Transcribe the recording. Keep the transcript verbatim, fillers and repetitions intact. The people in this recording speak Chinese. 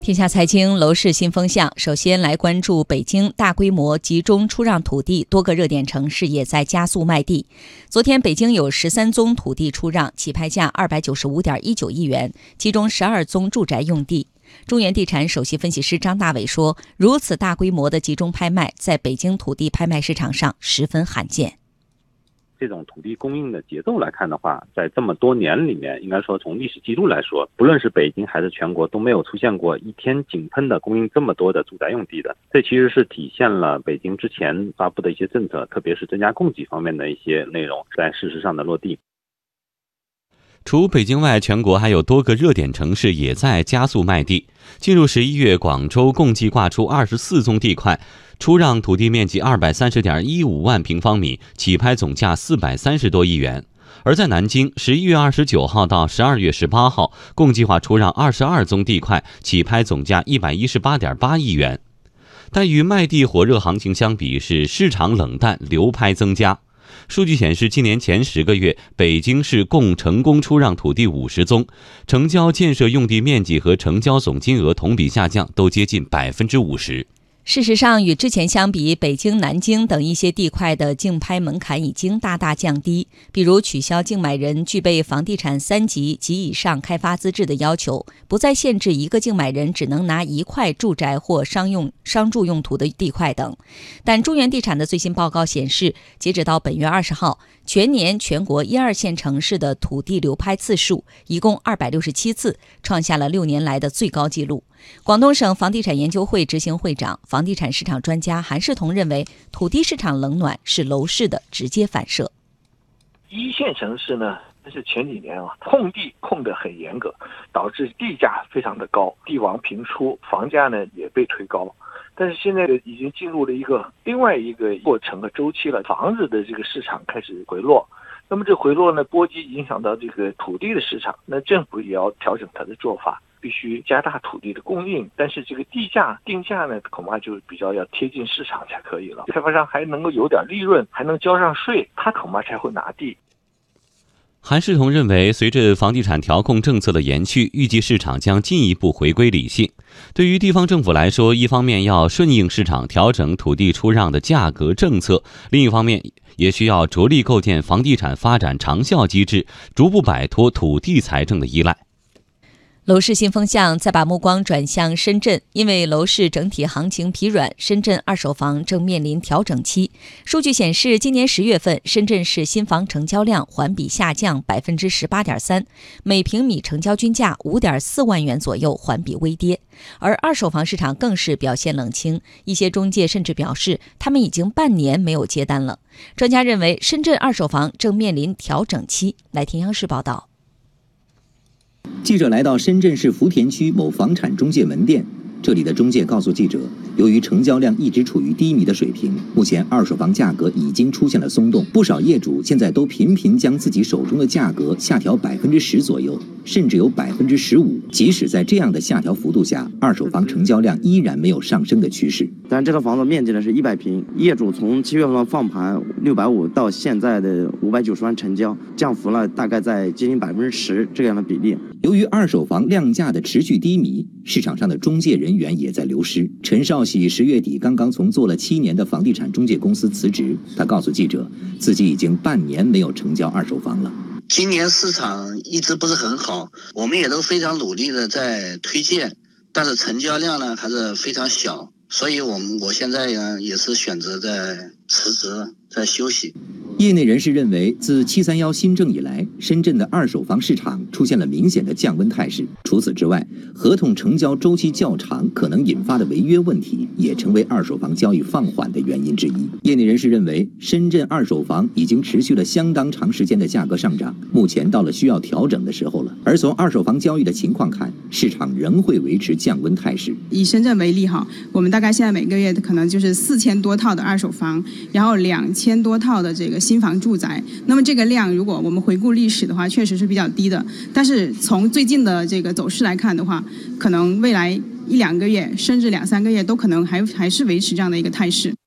天下财经楼市新风向，首先来关注北京大规模集中出让土地，多个热点城市也在加速卖地。昨天北京有十三宗土地出让，起拍价二百九十五点一九亿元，其中十二宗住宅用地。中原地产首席分析师张大伟说，如此大规模的集中拍卖，在北京土地拍卖市场上十分罕见。 这种土地供应的节奏来看的话，在这么多年里面，应该说从历史记录来说，不论是北京还是全国，都没有出现过一天井喷的供应这么多的住宅用地的。这其实是体现了北京之前发布的一些政策，特别是增加供给方面的一些内容在事实上的落地。 除北京外，全国还有多个热点城市也在加速卖地。进入十一月，广州共计挂出二十四宗地块，出让土地面积二百三十点一五万平方米，起拍总价四百三十多亿元。而在南京，十一月二十九号到十二月十八号，共计划出让二十二宗地块，起拍总价一百一十八点八亿元。但与卖地火热行情相比，是市场冷淡，流拍增加。数据显示，今年前十个月，北京市共成功出让土地五十宗，成交建设用地面积和成交总金额同比下降，都接近百分之五十。 事实上，与之前相比，北京、南京等一些地块的竞拍门槛已经大大降低，比如取消竞买人具备房地产三级及以上开发资质的要求，不再限制一个竞买人只能拿一块住宅或商用商住用途的地块等。但中原地产的最新报告显示，截止到本月二十号，全年全国一二线城市的土地流拍次数一共二百六十七次，创下了六年来的最高纪录。广东省房地产研究会执行会长、房地产市场专家韩世同认为，土地市场冷暖是楼市的直接反射。 一线城市呢，但是前几年啊，控地控得很严格，导致地价非常的高，地王频出，房价呢也被推高。但是现在已经进入了一个另外一个过程和周期了，房子的这个市场开始回落。那么这回落呢，波及影响到这个土地的市场，那政府也要调整它的做法，必须加大土地的供应，但是这个地价定价呢，恐怕就比较要贴近市场才可以了。开发商还能够有点利润，还能交上税，他恐怕才会拿地。 韩世同认为，随着房地产调控政策的延续，预计市场将进一步回归理性。对于地方政府来说，一方面要顺应市场调整土地出让的价格政策，另一方面也需要着力构建房地产发展长效机制，逐步摆脱土地财政的依赖。 楼市新风向再把目光转向深圳，因为楼市整体行情疲软，深圳二手房正面临调整期。数据显示，今年十月份，深圳市新房成交量环比下降百分之十八点三，每平米成交均价五点四万元左右，环比微跌。而二手房市场更是表现冷清，一些中介甚至表示，他们已经半年没有接单了。专家认为，深圳二手房正面临调整期。来听央视报道。 记者来到深圳市福田区某房产中介门店，这里的中介告诉记者，由于成交量一直处于低迷的水平，目前二手房价格已经出现了松动，不少业主现在都频频将自己手中的价格下调百分之十左右，甚至有百分之十五。即使在这样的下调幅度下，二手房成交量依然没有上升的趋势。 但这个房子面积呢是一百平，业主从七月份放盘六百五到现在的五百九十万成交，降幅了大概在接近百分之十这样的比例。 由于二手房量价的持续低迷，市场上的中介人员也在流失。陈少喜十月底刚刚从做了七年的房地产中介公司辞职，他告诉记者，自己已经半年没有成交二手房了。 今年市场一直不是很好，我们也都非常努力的在推荐，但是成交量呢还是非常小，所以我们我现在呢也是选择在辞职，在休息。 业内人士认为，自七三一新政以来，深圳的二手房市场出现了明显的降温态势。除此之外，合同成交周期较长可能引发的违约问题，也成为二手房交易放缓的原因之一。业内人士认为，深圳二手房已经持续了相当长时间的价格上涨，目前到了需要调整的时候了。而从二手房交易的情况看，市场仍会维持降温态势。 以深圳为例哈，我们大概现在每个月可能就是四千多套的二手房，然后两千多套的这个新房住宅。那么这个量，如果我们回顾历史的话，确实是比较低的。但是从最近的这个走势来看的话，可能未来一两个月甚至两三个月都可能还还是维持这样的一个态势。